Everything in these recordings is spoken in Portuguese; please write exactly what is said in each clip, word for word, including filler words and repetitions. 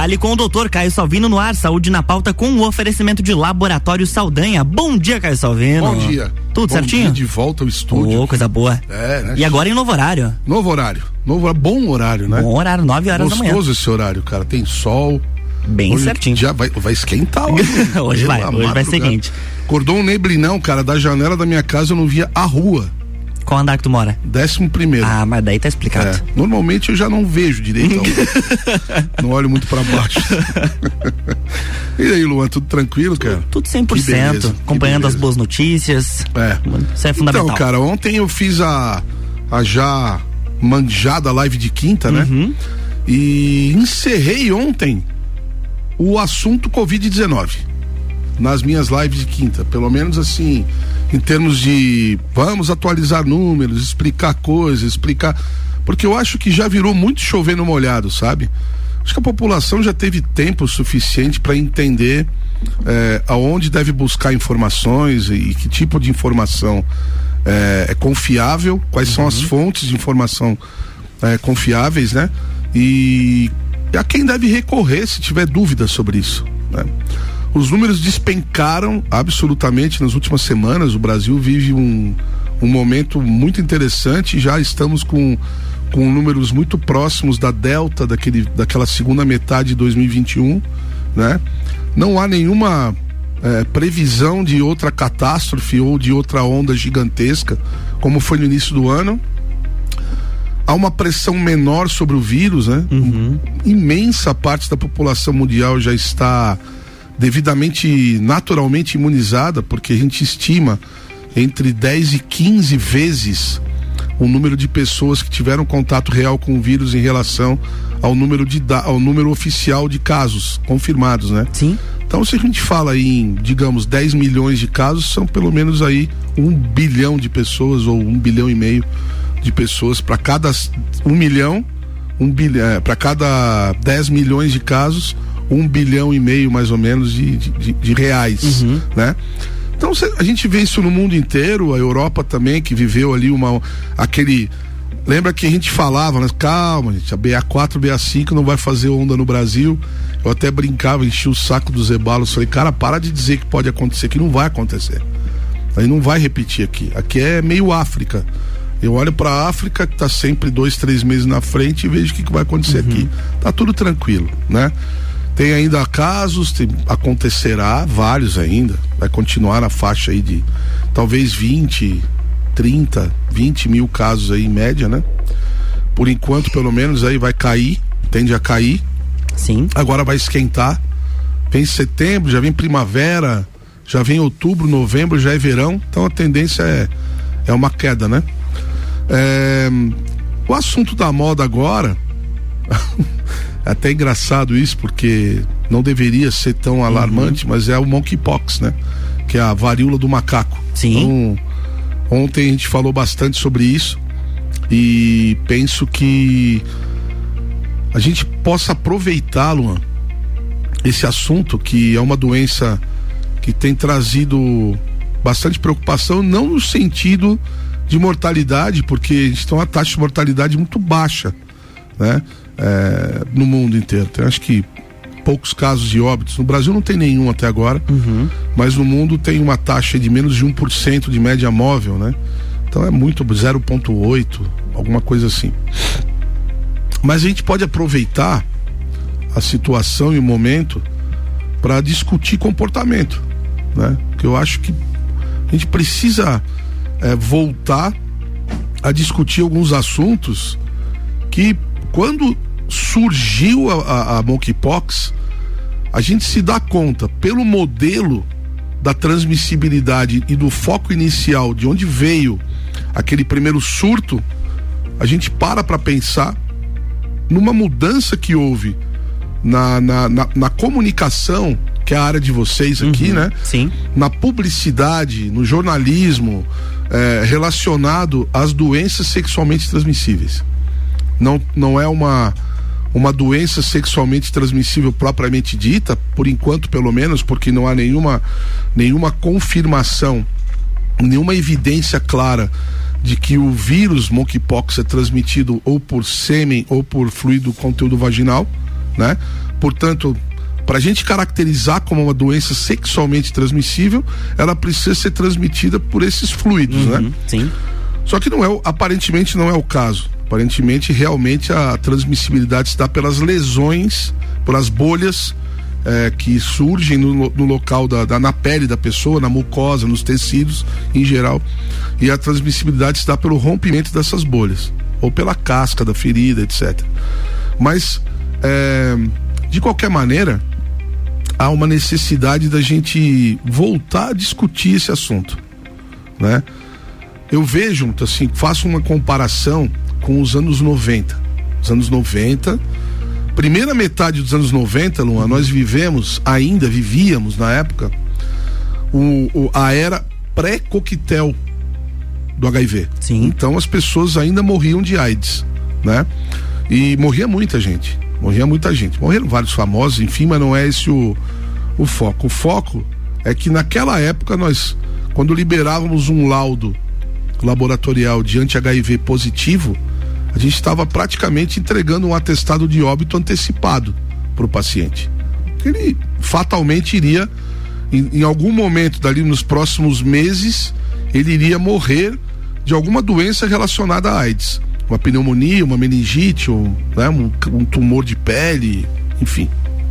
Fale com o doutor Caio Salvino no ar, saúde na pauta com o oferecimento de Laboratório Saldanha. Bom dia, Caio Salvino. Bom dia. Tudo Bom certinho? Dia, de volta ao estúdio. Oh, coisa boa. É, né? E agora em novo horário. Novo horário. Novo, bom horário, né? Bom horário, nove horas Gostoso da manhã. Gostoso esse horário, cara. Tem sol. Bem hoje certinho. Já vai, vai esquentar hoje. hoje vai, hoje vai ser quente. Acordou um neblinão, cara, da janela da minha casa eu não via a rua. Qual andar que tu mora? Décimo primeiro. Ah, mas daí tá explicado. É, normalmente eu já não vejo direito. Não olho muito pra baixo. E aí, Luan, tudo tranquilo, cara? Tudo cem por cento. Beleza, acompanhando as boas notícias. É. Isso é fundamental. Então, cara, ontem eu fiz a, a já manjada live de quinta, né? Uhum. E encerrei ontem o assunto covid dezenove nas minhas lives de quinta, pelo menos assim, em termos de vamos atualizar números, explicar coisas, explicar, porque eu acho que já virou muito chover no molhado, sabe? Acho que a população já teve tempo suficiente para entender é, aonde deve buscar informações e, e que tipo de informação é, é confiável, quais uhum. são as fontes de informação é, confiáveis, né? E a quem deve recorrer se tiver dúvida sobre isso, né? Os números despencaram absolutamente nas últimas semanas. O Brasil vive um, um momento muito interessante. Já estamos com, com números muito próximos da Delta, daquele, daquela segunda metade de dois mil e vinte e um, né? Não há nenhuma é, previsão de outra catástrofe ou de outra onda gigantesca, como foi no início do ano. Há uma pressão menor sobre o vírus, né? Uhum. Imensa parte da população mundial já está devidamente, naturalmente imunizada, porque a gente estima entre dez e quinze vezes o número de pessoas que tiveram contato real com o vírus em relação ao número de ao número oficial de casos confirmados, né? Sim. Então, se a gente fala em, digamos, dez milhões de casos, são pelo menos aí um bilhão de pessoas ou um bilhão e meio de pessoas para cada um milhão, um bilhão, é, para cada dez milhões de casos, um bilhão e meio mais ou menos de, de, de reais, uhum. né? Então a gente vê isso no mundo inteiro, a Europa também, que viveu ali uma, aquele, lembra que a gente falava, né? Calma, gente, a B A quatro, B A cinco não vai fazer onda no Brasil. Eu até brincava, enchi o saco dos Ebalos, falei, cara, para de dizer que pode acontecer, que não vai acontecer. Aí não vai repetir aqui, aqui é meio África. Eu olho pra África, que tá sempre dois, três meses na frente, e vejo o que, que vai acontecer uhum. aqui. Tá tudo tranquilo, né? Tem ainda casos, tem, acontecerá vários ainda, vai continuar na faixa aí de talvez vinte, trinta, vinte mil casos aí em média, né? Por enquanto, pelo menos, aí vai cair, tende a cair. Sim. Agora vai esquentar, vem setembro, já vem primavera, já vem outubro, novembro, já é verão, então a tendência é, é uma queda, né? É, o assunto da moda agora é até engraçado isso, porque não deveria ser tão alarmante, uhum. mas é o monkeypox, né? Que é a varíola do macaco. Sim. Então, ontem a gente falou bastante sobre isso e penso que a gente possa aproveitar, Luan, esse assunto, que é uma doença que tem trazido bastante preocupação, não no sentido de mortalidade, porque a gente tem uma taxa de mortalidade muito baixa, né? É, no mundo inteiro. Tem, acho que poucos casos de óbitos. No Brasil não tem nenhum até agora, uhum. mas no mundo tem uma taxa de menos de um por cento de média móvel, né? Então é muito, zero vírgula oito, alguma coisa assim. Mas a gente pode aproveitar a situação e o momento para discutir comportamento, né? Porque eu acho que a gente precisa é, voltar a discutir alguns assuntos que, quando surgiu a, a, a monkeypox, a gente se dá conta, pelo modelo da transmissibilidade e do foco inicial, de onde veio aquele primeiro surto, a gente para para pensar numa mudança que houve na, na, na, na comunicação, que é a área de vocês aqui, uhum, né? Sim. Na publicidade, no jornalismo, é, relacionado às doenças sexualmente transmissíveis. Não, não é uma, uma doença sexualmente transmissível propriamente dita, por enquanto pelo menos, porque não há nenhuma, nenhuma confirmação, nenhuma evidência clara de que o vírus monkeypox é transmitido ou por sêmen ou por fluido conteúdo vaginal, né? Portanto, para a gente caracterizar como uma doença sexualmente transmissível, ela precisa ser transmitida por esses fluidos, uhum, né? Sim. Só que não é, aparentemente não é o caso. Aparentemente, realmente a transmissibilidade se dá pelas lesões, pelas bolhas é, que surgem no, no local da, da, na pele da pessoa, na mucosa, nos tecidos em geral. E a transmissibilidade se dá pelo rompimento dessas bolhas, ou pela casca da ferida, etcétera. Mas, é, de qualquer maneira, há uma necessidade da gente voltar a discutir esse assunto, né? Eu vejo, assim, faço uma comparação com os anos noventa. Os anos noventa, primeira metade dos anos noventa, Luan, nós vivemos, ainda vivíamos na época, o, o, a era pré-coquetel do H I V. Sim. Então as pessoas ainda morriam de AIDS, né? E morria muita gente, morria muita gente. Morreram vários famosos, enfim, mas não é esse o, o foco. O foco é que naquela época nós, quando liberávamos um laudo laboratorial de anti-H I V positivo, a gente estava praticamente entregando um atestado de óbito antecipado para o paciente. Ele fatalmente iria, em, em algum momento dali nos próximos meses, ele iria morrer de alguma doença relacionada à AIDS. Uma pneumonia, uma meningite, um, né, um, um tumor de pele, enfim.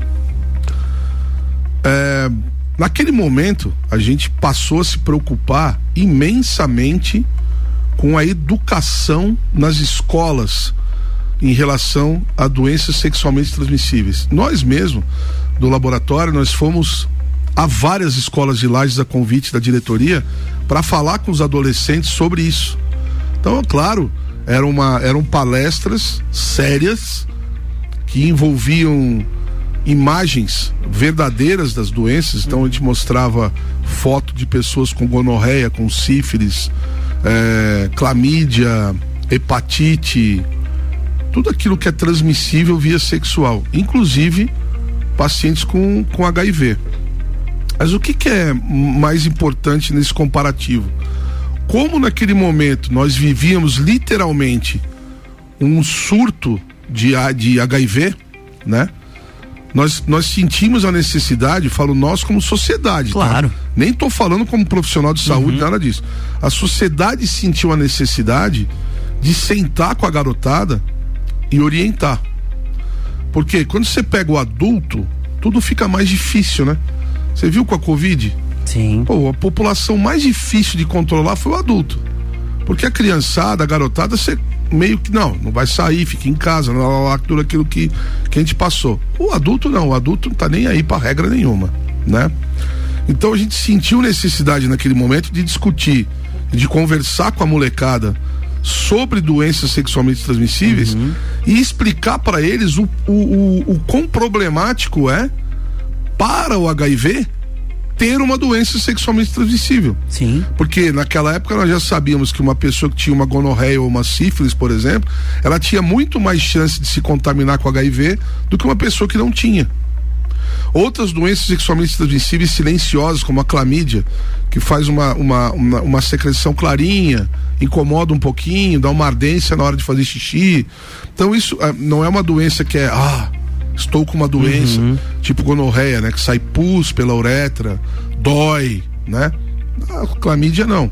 É, naquele momento, a gente passou a se preocupar imensamente com a educação nas escolas em relação a doenças sexualmente transmissíveis. Nós mesmos, do laboratório, nós fomos a várias escolas de Lages a convite da diretoria para falar com os adolescentes sobre isso. Então, é claro, era uma, eram palestras sérias que envolviam imagens verdadeiras das doenças. Então a gente mostrava foto de pessoas com gonorreia, com sífilis, É, clamídia, hepatite, tudo aquilo que é transmissível via sexual, inclusive pacientes com, com H I V. Mas o que, que é mais importante nesse comparativo? Como naquele momento nós vivíamos literalmente um surto de, de H I V, né? Nós, nós sentimos a necessidade, falo nós como sociedade, claro. Tá? Nem tô falando como profissional de saúde, uhum. Nada disso. A sociedade sentiu a necessidade de sentar com a garotada e orientar. Porque quando você pega o adulto, tudo fica mais difícil, né? Você viu com a Covid? Sim. Pô, a população mais difícil de controlar foi o adulto. Porque a criançada, a garotada, você meio que não, não vai sair, fica em casa, lá, lá, lá, tudo aquilo que, que a gente passou. O adulto não, o adulto não tá nem aí pra regra nenhuma, né? Então a gente sentiu necessidade naquele momento de discutir, de conversar com a molecada sobre doenças sexualmente transmissíveis, uhum. E explicar para eles o, o, o, o quão problemático é para o H I V ter uma doença sexualmente transmissível. Sim. Porque naquela época nós já sabíamos que uma pessoa que tinha uma gonorreia ou uma sífilis, por exemplo, ela tinha muito mais chance de se contaminar com H I V do que uma pessoa que não tinha. Outras doenças sexualmente transmissíveis silenciosas, como a clamídia, que faz uma, uma, uma, uma secreção clarinha, incomoda um pouquinho, dá uma ardência na hora de fazer xixi. Então isso ah, não é uma doença que é, ah, estou com uma doença, uhum. Tipo gonorreia, né? Que sai pus pela uretra, dói, né? A clamídia não.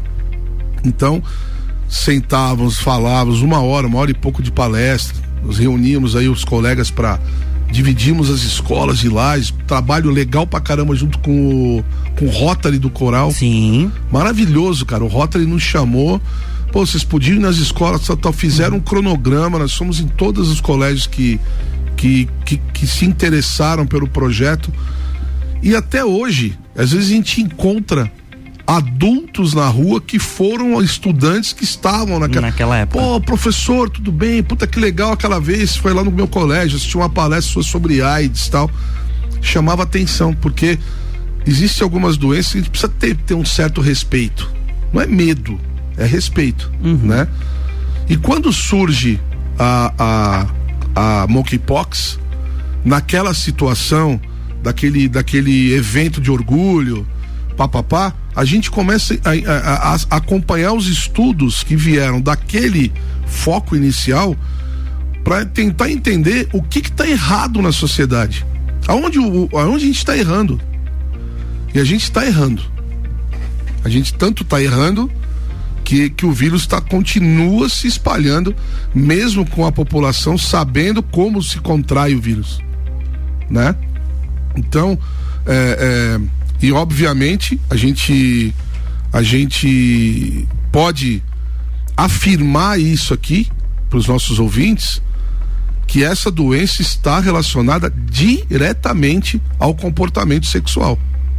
Então, sentávamos, falávamos uma hora, uma hora e pouco de palestra, nos reuníamos aí os colegas para dividimos as escolas de Lages, trabalho legal pra caramba junto com o, com o Rotary do Coral. Sim. Maravilhoso, cara. O Rotary nos chamou. Pô, vocês podiam ir nas escolas, tal, tal, fizeram um cronograma, nós fomos em todos os colégios que Que, que, que se interessaram pelo projeto. E até hoje, às vezes a gente encontra adultos na rua que foram estudantes que estavam naquela, naquela época. Pô, professor, tudo bem? Puta, que legal aquela vez, foi lá no meu colégio, assistiu uma palestra sobre AIDS e tal. Chamava atenção, porque existem algumas doenças que a gente precisa ter, ter um certo respeito. Não é medo, é respeito, uhum. Né? E quando surge a... a a monkeypox, naquela situação daquele, daquele evento de orgulho, papapá, a gente começa a, a, a acompanhar os estudos que vieram daquele foco inicial para tentar entender o que está errado na sociedade. Aonde, o, aonde a gente está errando? E a gente está errando. A gente tanto está errando que, que o vírus tá, continua se espalhando, mesmo com a população sabendo como se contrai o vírus, né? Então, é, é, e obviamente a gente, a gente pode afirmar isso aqui para os nossos ouvintes, que essa doença está relacionada diretamente ao comportamento sexual.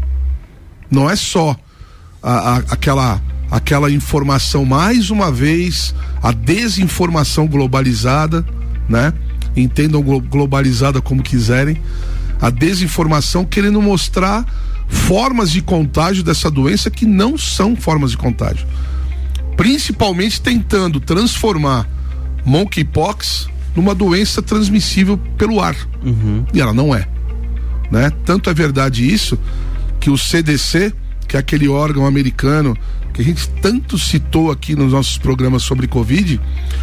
Não é só a, a, aquela, aquela informação, mais uma vez, a desinformação globalizada, né? Entendam globalizada como quiserem, a desinformação querendo mostrar formas de contágio dessa doença que não são formas de contágio. Principalmente tentando transformar monkeypox numa doença transmissível pelo ar. Uhum. E ela não é, né? Tanto é verdade isso que o C D C, que é aquele órgão americano que a gente tanto citou aqui nos nossos programas sobre Covid,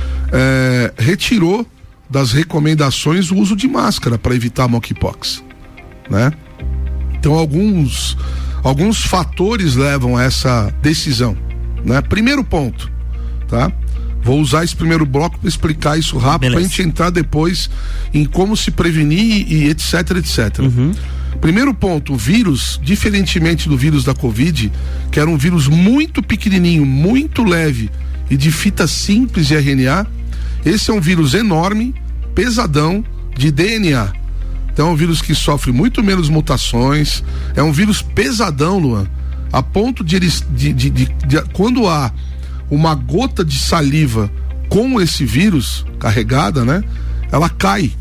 é, retirou das recomendações o uso de máscara para evitar monkeypox, né? Então alguns alguns fatores levam a essa decisão, né? Primeiro ponto, tá? Vou usar esse primeiro bloco para explicar isso rápido, para a gente entrar depois em como se prevenir e etc, etc. Uhum. Primeiro ponto, o vírus, diferentemente do vírus da Covid, que era um vírus muito pequenininho, muito leve e de fita simples de R N A, esse é um vírus enorme, pesadão, de D N A. Então é um vírus que sofre muito menos mutações, é um vírus pesadão, Luan, a ponto de eles, de, de, de, de, quando há uma gota de saliva com esse vírus carregada, né? Ela cai.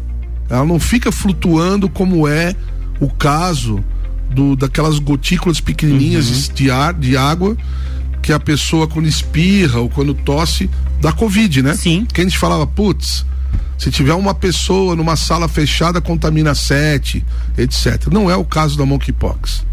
Ela não fica flutuando como é o caso do, daquelas gotículas pequenininhas uhum. de ar, de água, que a pessoa quando espirra ou quando tosse da Covid, né? Sim. Que a gente falava, putz, se tiver uma pessoa numa sala fechada contamina sete, etcétera. Não é o caso da monkeypox,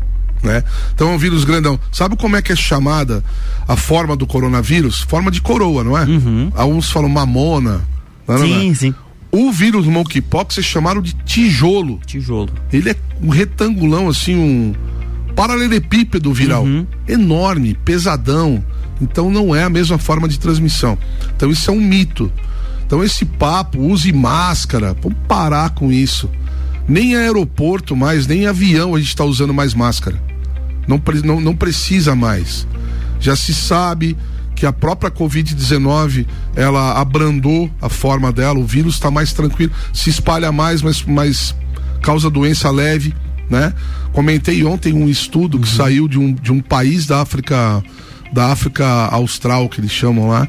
né? Então é um vírus grandão. Sabe como é que é chamada a forma do coronavírus? Forma de coroa, não é? Uhum. Alguns falam mamona. Não, não, sim, não. sim. O vírus monkeypox é chamado de tijolo. Tijolo. Ele é um retangulão, assim, um paralelepípedo viral. Uhum. Enorme, pesadão. Então não é a mesma forma de transmissão. Então isso é um mito. Então esse papo, use máscara, vamos parar com isso. Nem aeroporto mais, nem avião a gente está usando mais máscara. Não, não, não precisa mais. Já se sabe que a própria covid dezenove, ela abrandou a forma dela, o vírus está mais tranquilo, se espalha mais, mas, mas causa doença leve, né? Comentei ontem um estudo que uhum. saiu de um, de um país da África, da África Austral, que eles chamam lá,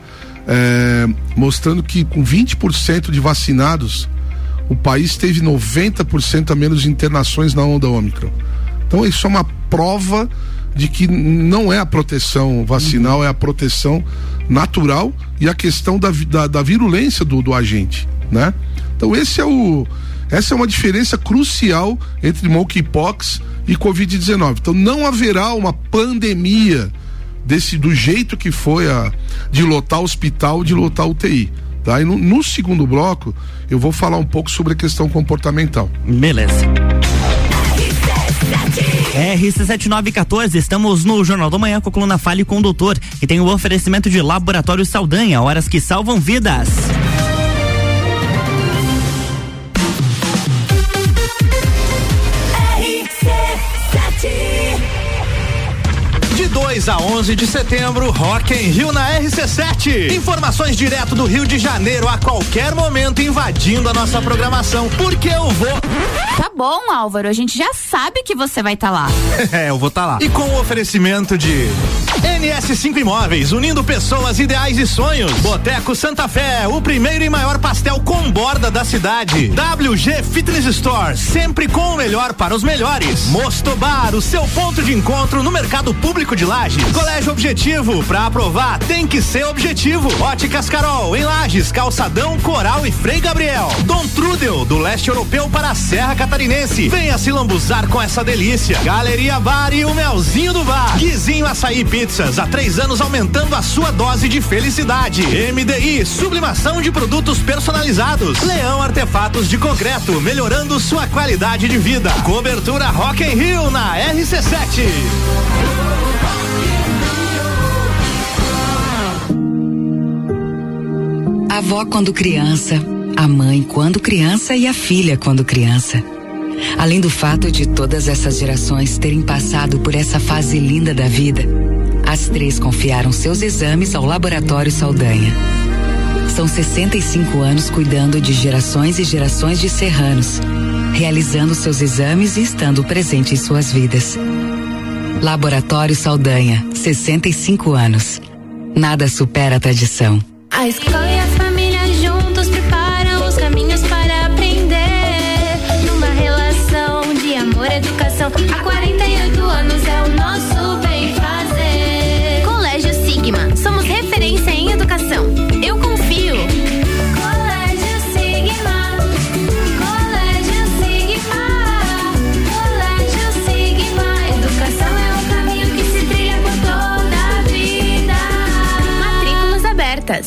é, mostrando que com vinte por cento de vacinados, o país teve noventa por cento a menos de internações na onda Ômicron. Então isso é uma prova de que não é a proteção vacinal, uhum. é a proteção natural e a questão da, da, da virulência do, do agente, né? Então esse é o, essa é uma diferença crucial entre monkeypox e covid dezenove. Então não haverá uma pandemia desse, do jeito que foi a, de lotar hospital, de lotar U T I. Tá? E no, no segundo bloco eu vou falar um pouco sobre a questão comportamental. Beleza. R C sete nove um quatro, estamos no Jornal da Manhã com a coluna Fale com o Doutor, que tem o oferecimento de Laboratório Saldanha, horas que salvam vidas. De dois a onze de setembro, Rock in Rio na R C sete. Informações direto do Rio de Janeiro a qualquer momento invadindo a nossa programação, porque eu vou. Tá bom, Álvaro, a gente já sabe que você vai estar tá lá. É, eu vou estar tá lá. E com o oferecimento de N S cinco Imóveis, unindo pessoas, ideais e sonhos. Boteco Santa Fé, o primeiro e maior pastel com borda da cidade. W G Fitness Store, sempre com o melhor para os melhores. Mosto Bar, o seu ponto de encontro no mercado público de Lages. Colégio Objetivo, pra aprovar tem que ser objetivo. Óticas Carol, em Lages, Calçadão, Coral e Frei Gabriel. Dom Trudel, do leste europeu para a Serra Catarinense. Venha se lambuzar com essa delícia. Galeria Bar e o Melzinho do Bar. Guizinho Açaí Pizza Pizzas, há três anos aumentando a sua dose de felicidade. M D I, sublimação de produtos personalizados. Leão Artefatos de Concreto, melhorando sua qualidade de vida. Cobertura Rock in Rio na R C sete. A avó quando criança, a mãe quando criança e a filha quando criança. Além do fato de todas essas gerações terem passado por essa fase linda da vida, as três confiaram seus exames ao Laboratório Saldanha. São sessenta e cinco anos cuidando de gerações e gerações de serranos, realizando seus exames e estando presente em suas vidas. Laboratório Saldanha, sessenta e cinco anos. Nada supera a tradição. A escola e a família juntos preparam os caminhos para aprender. Numa relação de amor e educação, há quarenta e oito anos é o nosso bem fazer. Colégio Sigma, somos referência em educação. Eu confio. Colégio Sigma, Colégio Sigma, Colégio Sigma. Educação é um caminho que se trilha por toda a vida. Matrículas abertas.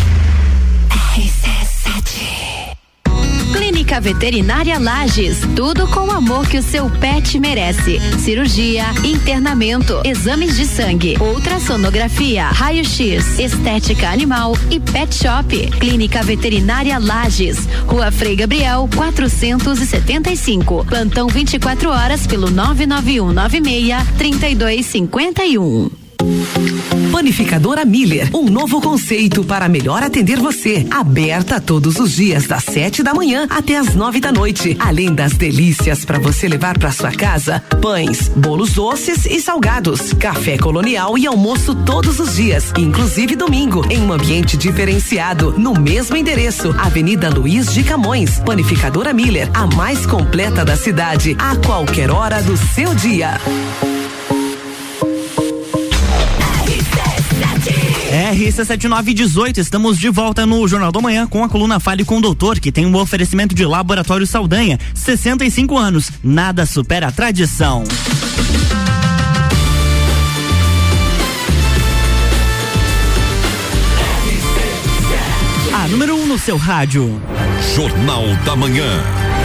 Clínica Veterinária Lages, tudo com o amor que o seu pet merece. Cirurgia, internamento, exames de sangue, ultrassonografia, raio-x, estética animal e pet shop. Clínica Veterinária Lages, Rua Frei Gabriel, quatrocentos e setenta e cinco. Plantão vinte e quatro horas pelo nove nove um nove seis, três dois cinco um. Panificadora Miller, um novo conceito para melhor atender você. Aberta todos os dias das sete da manhã até as nove da noite. Além das delícias para você levar para sua casa: pães, bolos doces e salgados, café colonial e almoço todos os dias, inclusive domingo, em um ambiente diferenciado, no mesmo endereço, Avenida Luiz de Camões. Panificadora Miller, a mais completa da cidade, a qualquer hora do seu dia. R C sete nove dezoito, estamos de volta no Jornal da Manhã com a coluna Fale com o Doutor, que tem um oferecimento de Laboratório Saldanha, sessenta e cinco anos, nada supera a tradição. A número um no seu rádio. Jornal da Manhã.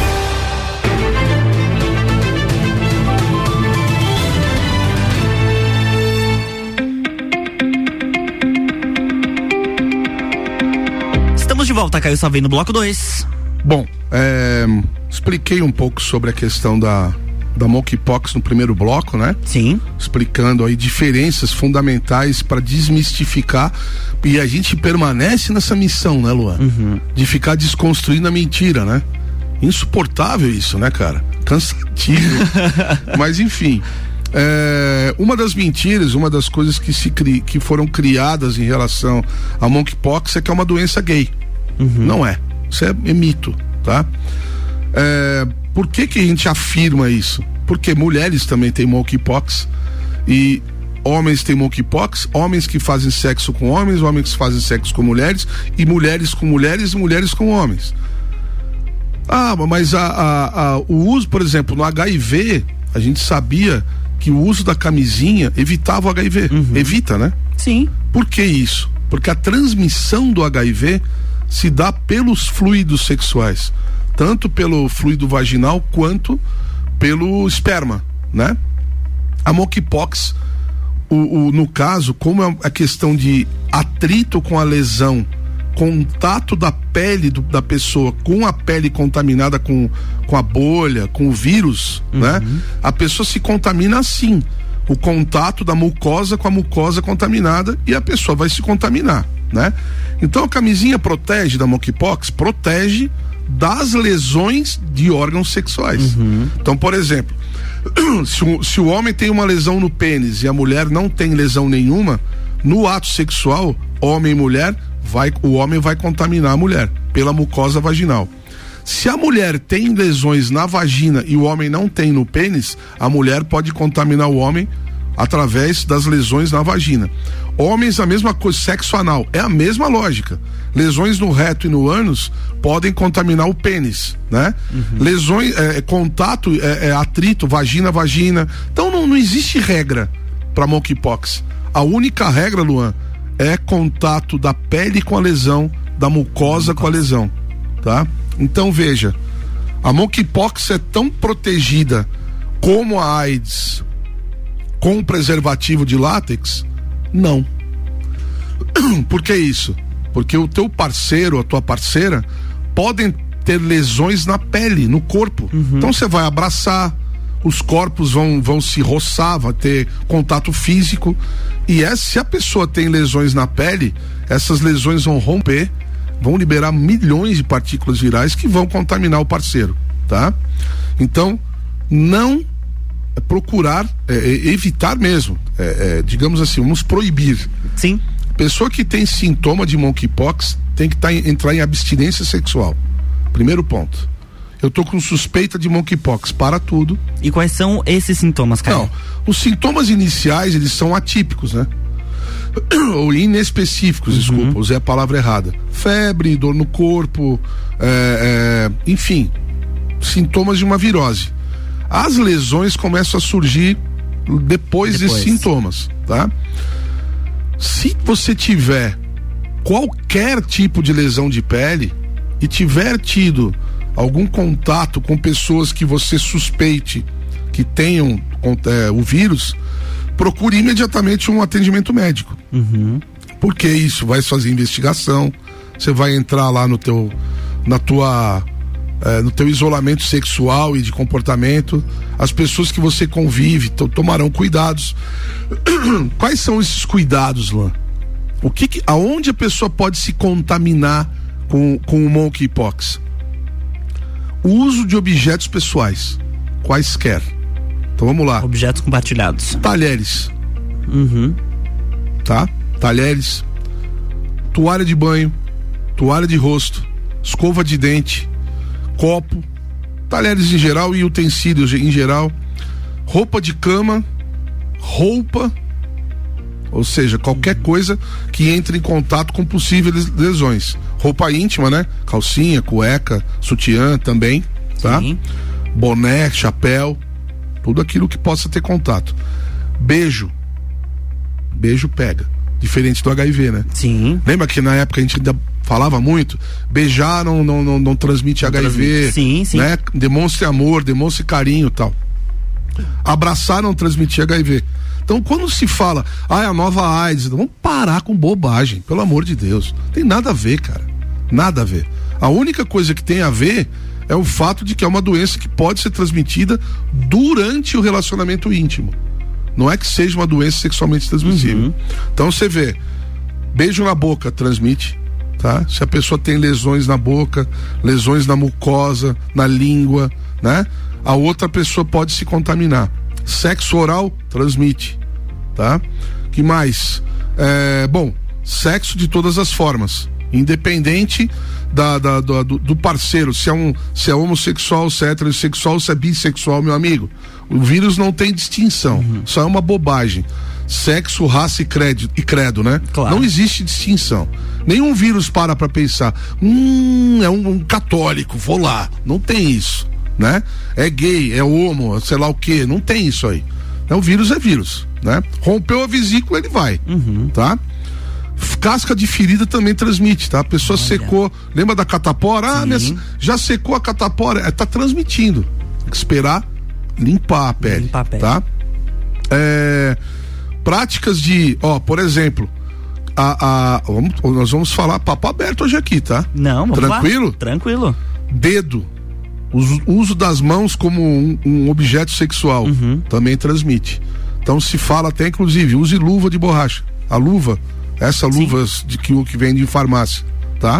De volta, Caio Salvei, no bloco dois. Bom, é, expliquei um pouco sobre a questão da, da monkeypox no primeiro bloco, né? Sim. Explicando aí diferenças fundamentais para desmistificar, e a gente permanece nessa missão, né, Luan? Uhum. De ficar desconstruindo a mentira, né? Insuportável isso, né, cara? Cansativo. Mas enfim, é, uma das mentiras, uma das coisas que, se cri, que foram criadas em relação à monkeypox é que é uma doença gay. Uhum. Não é, isso é, é mito, tá? É, por que que a gente afirma isso? Porque mulheres também têm monkeypox e homens têm monkeypox, homens que fazem sexo com homens, homens que fazem sexo com mulheres, e mulheres com mulheres e mulheres com homens. Ah, mas a, a, a, o uso, por exemplo, no H I V, a gente sabia que o uso da camisinha evitava o H I V, uhum. Evita, né? Sim. Por que isso? Porque a transmissão do H I V se dá pelos fluidos sexuais, tanto pelo fluido vaginal quanto pelo esperma, né? A monkeypox, o, o, no caso, como é a questão de atrito com a lesão, contato da pele do, da pessoa com a pele contaminada com, com a bolha, com o vírus, uhum. Né? A pessoa se contamina assim, o contato da mucosa com a mucosa contaminada, e a pessoa vai se contaminar, né? Então a camisinha protege da monkeypox, protege das lesões de órgãos sexuais. Uhum. Então, por exemplo, se o, se o homem tem uma lesão no pênis e a mulher não tem lesão nenhuma, no ato sexual, homem e mulher, vai, o homem vai contaminar a mulher pela mucosa vaginal. Se a mulher tem lesões na vagina e o homem não tem no pênis, a mulher pode contaminar o homem através das lesões na vagina. Homens, a mesma coisa, sexo anal, é a mesma lógica. Lesões no reto e no ânus podem contaminar o pênis, né? Uhum. Lesões, é, contato, é, é, atrito, vagina, vagina. Então não, não existe regra para monkeypox. A única regra, Luan, é contato da pele com a lesão, da mucosa com a lesão, tá? Então veja, a monkeypox é tão protegida como a AIDS com preservativo de látex? Não. Por que isso? Porque o teu parceiro, a tua parceira, podem ter lesões na pele, no corpo. Uhum. Então você vai abraçar, os corpos vão, vão se roçar, vai ter contato físico. E é, se a pessoa tem lesões na pele, essas lesões vão romper, vão liberar milhões de partículas virais que vão contaminar o parceiro, tá? Então, não é procurar, é, é, evitar mesmo, é, é, digamos assim, vamos proibir. Sim. Pessoa que tem sintoma de monkeypox tem que tá em, entrar em abstinência sexual. Primeiro ponto. Eu tô com suspeita de monkeypox, para tudo. E quais são esses sintomas, cara? Não, os sintomas iniciais, eles são atípicos, né? Ou inespecíficos, uhum. Desculpa, usei a palavra errada. Febre, dor no corpo, é, é, enfim, sintomas de uma virose. As lesões começam a surgir depois, depois desses sintomas, tá? Se você tiver qualquer tipo de lesão de pele e tiver tido algum contato com pessoas que você suspeite que tenham é, o vírus, procure imediatamente um atendimento médico. Uhum. Porque isso vai fazer investigação, você vai entrar lá no teu, na tua, é, no teu isolamento sexual e de comportamento. As pessoas que você convive to, tomarão cuidados. Quais são esses cuidados, Luan? O que, que aonde a pessoa pode se contaminar com, com o monkeypox? O uso de objetos pessoais, quaisquer. Então vamos lá. Objetos compartilhados. Talheres. Uhum. Tá? Talheres, toalha de banho, toalha de rosto, escova de dente, copo, talheres em geral e utensílios em geral, roupa de cama, roupa, ou seja, qualquer coisa que entre em contato com possíveis lesões. Roupa íntima, né? Calcinha, cueca, sutiã também, tá? Sim. Boné, chapéu, tudo aquilo que possa ter contato. Beijo. Beijo pega. Diferente do H I V, né? Sim. Lembra que na época a gente ainda falava muito? Beijar não, não, não, não transmite não H I V. Transmite. Sim, sim. Né? Demonstre amor, demonstre carinho e tal. Abraçar não transmite H I V. Então, quando se fala, ah, é a nova AIDS, vamos parar com bobagem, pelo amor de Deus. Tem nada a ver, cara. Nada a ver. A única coisa que tem a ver é o fato de que é uma doença que pode ser transmitida durante o relacionamento íntimo. Não é que seja uma doença sexualmente transmissível. Uhum. Então você vê, beijo na boca transmite, tá? Se a pessoa tem lesões na boca, lesões na mucosa, na língua, né? A outra pessoa pode se contaminar. Sexo oral transmite, tá? Que mais? É, bom, sexo de todas as formas, independente da, da, da, do, do parceiro, se é um, se é homossexual, se é heterossexual, se é bissexual, meu amigo. O vírus não tem distinção, uhum. Só é uma bobagem. Sexo, raça e credo, e credo, né? Claro. Não existe distinção. Nenhum vírus para pra pensar, hum, é um, um católico, vou lá. Não tem isso, né? É gay, é homo, sei lá o que, não tem isso aí. O vírus é vírus, né? Rompeu a vesícula, ele vai, uhum. Tá? Casca de ferida também transmite, tá? A pessoa Olha. secou, lembra da catapora? Ah, minha, já secou a catapora, é, tá transmitindo. Tem que esperar limpar a pele, limpar a pele. Tá? É, práticas de, ó, por exemplo, a, a, vamos, nós vamos falar papo aberto hoje aqui, tá? Não, vamos Tranquilo? Lá. Tranquilo. Dedo, uso, uso das mãos como um, um objeto sexual, uhum. Também transmite. Então se fala até, inclusive, use luva de borracha. A luva, essa luva de que, que vende em farmácia, tá?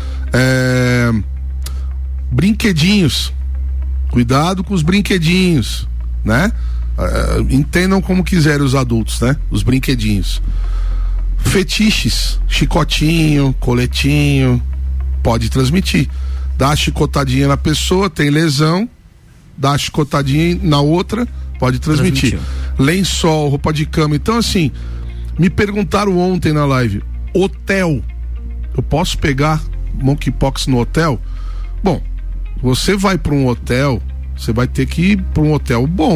É, brinquedinhos, cuidado com os brinquedinhos, né? Uh, entendam como quiserem os adultos, né? Os brinquedinhos. Fetiches, chicotinho, coletinho, pode transmitir. Dá a chicotadinha na pessoa, tem lesão, dá a chicotadinha na outra, pode transmitir. Transmitiu. Lençol, roupa de cama. Então, assim, me perguntaram ontem na live, hotel, eu posso pegar monkeypox no hotel? Bom, você vai para um hotel, você vai ter que ir para um hotel bom,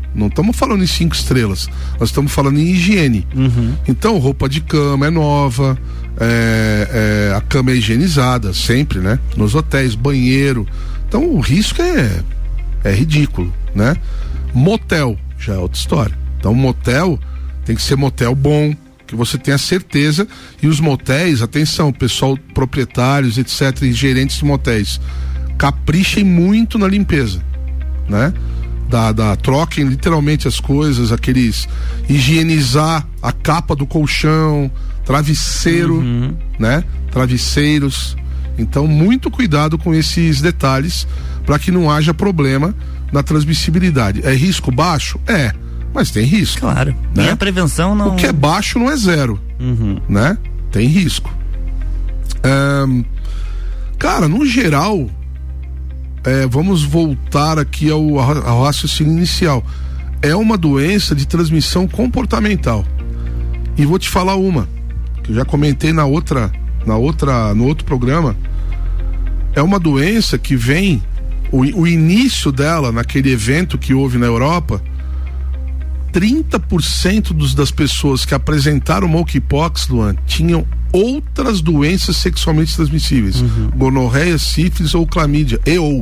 Não estamos falando em cinco estrelas, nós estamos falando em higiene. Uhum. Então, roupa de cama é nova, é, é, a cama é higienizada, sempre, né? Nos hotéis, banheiro. Então, o risco é, é ridículo, né? Motel, já é outra história. Então, motel tem que ser motel bom, que você tenha certeza. E os motéis, atenção, pessoal, proprietários, etcétera, e gerentes de motéis, caprichem muito na limpeza, né? Da, da, troquem literalmente as coisas, aqueles, higienizar a capa do colchão, travesseiro, uhum. né? Travesseiros. Então, muito cuidado com esses detalhes para que não haja problema na transmissibilidade. É risco baixo? É, mas tem risco. Claro. Né? E a prevenção não. O que é baixo não é zero, uhum. né? Tem risco. Um, cara, no geral, É, vamos voltar aqui ao, ao raciocínio inicial. É uma doença de transmissão comportamental. E vou te falar uma, que eu já comentei na outra, na outra, no outro programa. É uma doença que vem, o, o início dela, naquele evento que houve na Europa, trinta por cento dos, das pessoas que apresentaram monkeypox, Luan, tinham outras doenças sexualmente transmissíveis, uhum. gonorreia, sífilis ou clamídia, e ou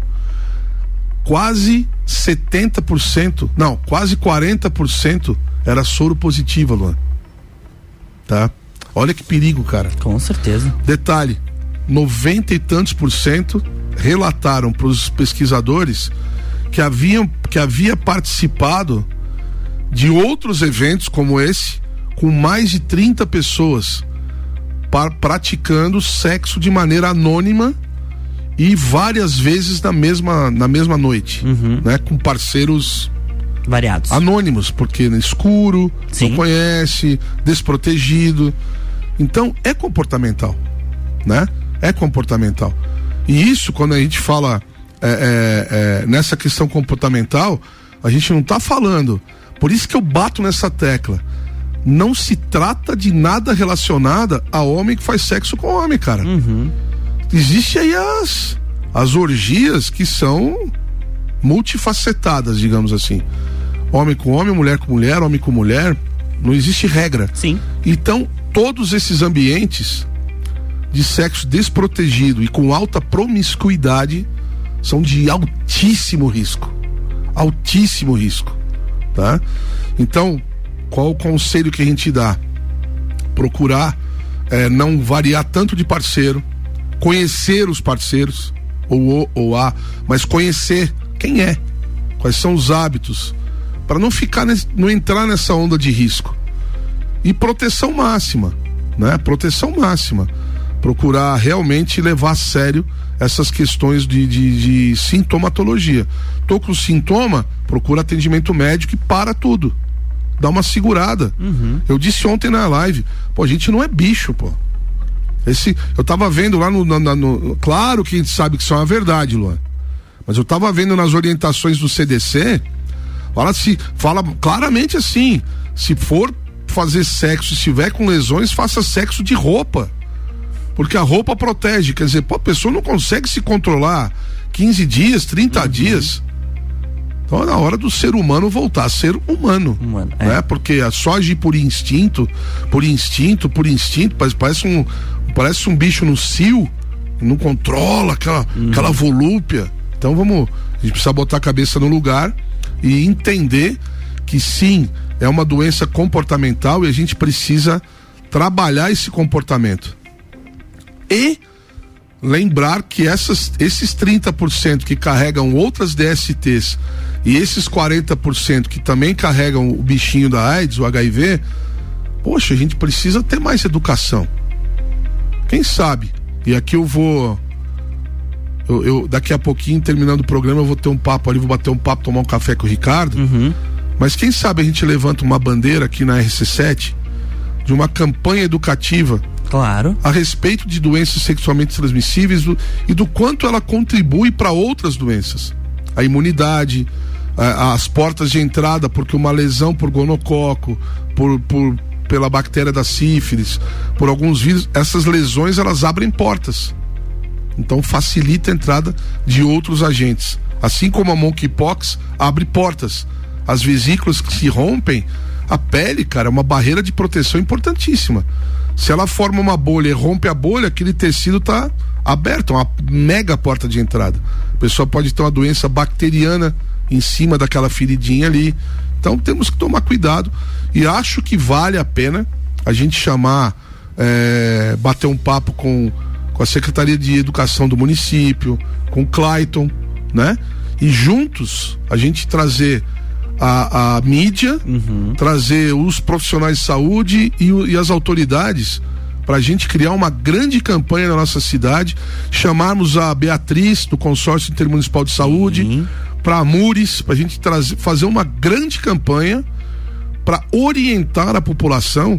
quase setenta por cento, não, quase quarenta por cento era soro positiva, Luan. Tá? Olha que perigo, cara. Com certeza. Detalhe, noventa e tantos por cento relataram para os pesquisadores que haviam, que havia participado de outros eventos como esse, com mais de trinta pessoas praticando sexo de maneira anônima e várias vezes na mesma, na mesma noite, uhum. né? Com parceiros variados, anônimos, porque no escuro, Sim. não conhece, desprotegido. Então é comportamental, né? É comportamental. E isso, quando a gente fala é, é, é, nessa questão comportamental, a gente não está falando. Por isso que eu bato nessa tecla. Não se trata de nada relacionado a homem que faz sexo com homem, cara. Uhum. Existe aí as, as orgias que são multifacetadas, digamos assim. Homem com homem, mulher com mulher, homem com mulher. Não existe regra. Sim. Então, todos esses ambientes de sexo desprotegido e com alta promiscuidade são de altíssimo risco. Altíssimo risco. Tá? Então, qual o conselho que a gente dá? Procurar é, não variar tanto de parceiro, conhecer os parceiros, ou, ou a, mas conhecer quem é, quais são os hábitos, para não ficar, nesse, não entrar nessa onda de risco. E proteção máxima, né? Proteção máxima. Procurar realmente levar a sério essas questões de, de, de sintomatologia. Tô com sintoma, procura atendimento médico e para tudo. Dá uma segurada. Uhum. Eu disse ontem na live, pô, a gente não é bicho, pô. Esse, eu tava vendo lá no, no, no. Claro que a gente sabe que isso é uma verdade, Luan. Mas eu tava vendo nas orientações do C D C, fala, se, fala claramente assim: se for fazer sexo, se estiver com lesões, faça sexo de roupa. Porque a roupa protege. Quer dizer, pô, a pessoa não consegue se controlar quinze dias, trinta uhum. dias. Então é na hora do ser humano voltar a ser humano, humano né? É. Porque só agir por instinto, por instinto, por instinto, parece um, parece um bicho no cio, não controla aquela, uhum. aquela volúpia. Então vamos, a gente precisa botar a cabeça no lugar e entender que sim, é uma doença comportamental e a gente precisa trabalhar esse comportamento. E lembrar que essas, esses trinta por cento que carregam outras D S Ts e esses quarenta por cento que também carregam o bichinho da AIDS, o H I V, poxa, a gente precisa ter mais educação. Quem sabe? E aqui eu vou eu, eu daqui a pouquinho, terminando o programa, eu vou ter um papo ali, vou bater um papo, tomar um café com o Ricardo. Uhum. Mas quem sabe a gente levanta uma bandeira aqui na R C sete de uma campanha educativa, claro, a respeito de doenças sexualmente transmissíveis do, e do quanto ela contribui para outras doenças. A imunidade, a, as portas de entrada, porque uma lesão por gonococo, por, por, pela bactéria da sífilis, por alguns vírus, essas lesões elas abrem portas. Então facilita a entrada de outros agentes. Assim como a monkeypox abre portas. as vesículas que se rompem, a pele, cara, é uma barreira de proteção importantíssima. Se ela forma uma bolha e rompe a bolha, aquele tecido tá aberto, uma mega porta de entrada. A pessoa pode ter uma doença bacteriana em cima daquela feridinha ali. Então temos que tomar cuidado, e acho que vale a pena a gente chamar, é, bater um papo com, com a Secretaria de Educação do município, com o Clayton, né? E juntos a gente trazer a, a mídia, uhum. trazer os profissionais de saúde e, e as autoridades para a gente criar uma grande campanha na nossa cidade, chamarmos a Beatriz do Consórcio Intermunicipal de Saúde, uhum. para a Mures, para a gente trazer, fazer uma grande campanha para orientar a população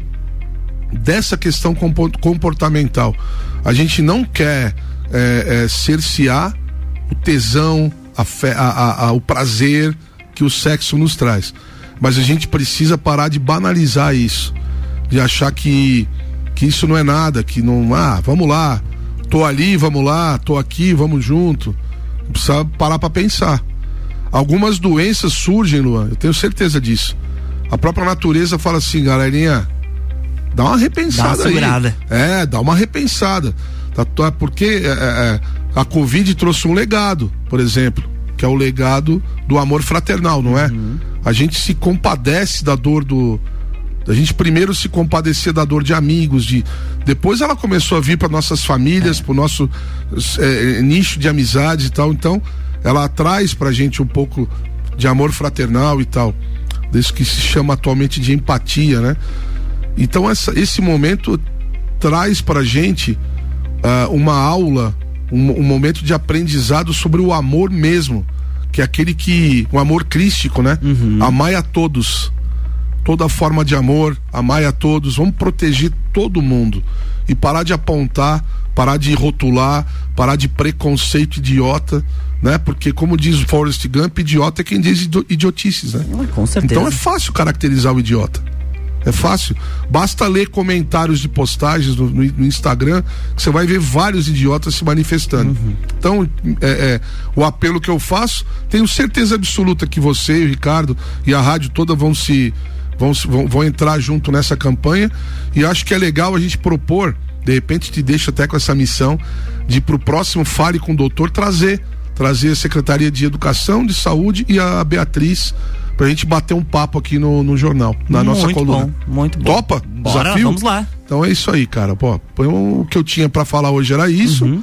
dessa questão comportamental. A gente não quer é, é, cercear o tesão, a fé, a, a, a, o prazer que o sexo nos traz, mas a gente precisa parar de banalizar isso, de achar que que isso não é nada, que não, ah, vamos lá, tô ali, vamos lá, tô aqui, vamos junto. Precisa parar para pensar. Algumas doenças surgem, Luan, eu tenho certeza disso. A própria natureza fala assim, galerinha, dá uma repensada aí. Dá uma segurada. É, dá uma repensada. Tá, porque é, é, a Covid trouxe um legado, por exemplo, que é o legado do amor fraternal, não é? Uhum. A gente se compadece da dor do... A gente primeiro se compadecia da dor de amigos, de depois ela começou a vir para nossas famílias, é. para o nosso é, nicho de amizades e tal. Então ela traz pra gente um pouco de amor fraternal e tal, desse que se chama atualmente de empatia, né? Então essa, esse momento traz pra gente uh, uma aula, um, um momento de aprendizado sobre o amor mesmo, que é aquele que, um amor crístico, né? Uhum. Amai a todos, toda forma de amor, amai a todos, vamos proteger todo mundo e parar de apontar, parar de rotular, parar de preconceito idiota, né? Porque como diz o Forrest Gump, idiota é quem diz idiotices, né? Ah, com certeza. Então é fácil caracterizar o idiota, é fácil, basta ler comentários de postagens no, no, no Instagram, que você vai ver vários idiotas se manifestando. Uhum. Então é, é, o apelo que eu faço, tenho certeza absoluta que você, o Ricardo e a rádio toda vão se Vão, vão, vão entrar junto nessa campanha, e acho que é legal a gente propor, de repente te deixa até com essa missão de pro próximo Fale com o Doutor trazer, trazer a Secretaria de Educação, de Saúde e a Beatriz pra gente bater um papo aqui no, no jornal, na muito nossa coluna. Bom, muito bom. Topa? Bora, desafio? Vamos lá. Então é isso aí, cara. Pô, o que eu tinha pra falar hoje era isso. Uhum.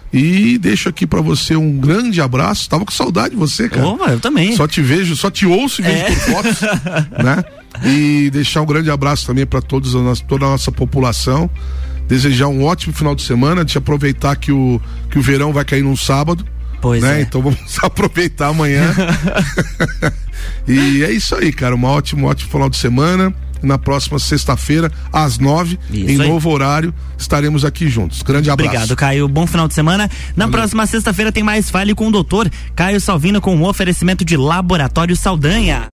E deixo aqui pra você um grande abraço. Tava com saudade de você, cara. Opa, eu também. Só te vejo, só te ouço e vejo é. por fotos, né? E deixar um grande abraço também para todos a nossa, toda a nossa população. Desejar um ótimo final de semana. De aproveitar que o, que o verão vai cair num sábado. Pois né? é. Então vamos aproveitar amanhã. E é isso aí, cara. Um ótimo, ótimo final de semana. Na próxima sexta-feira, às nove, isso em aí. Novo horário, estaremos aqui juntos. Grande abraço. Obrigado, Caio. Bom final de semana. Na Valeu. Próxima sexta-feira tem mais Fale com o Doutor. Caio Salvino com o oferecimento de Laboratório Saldanha.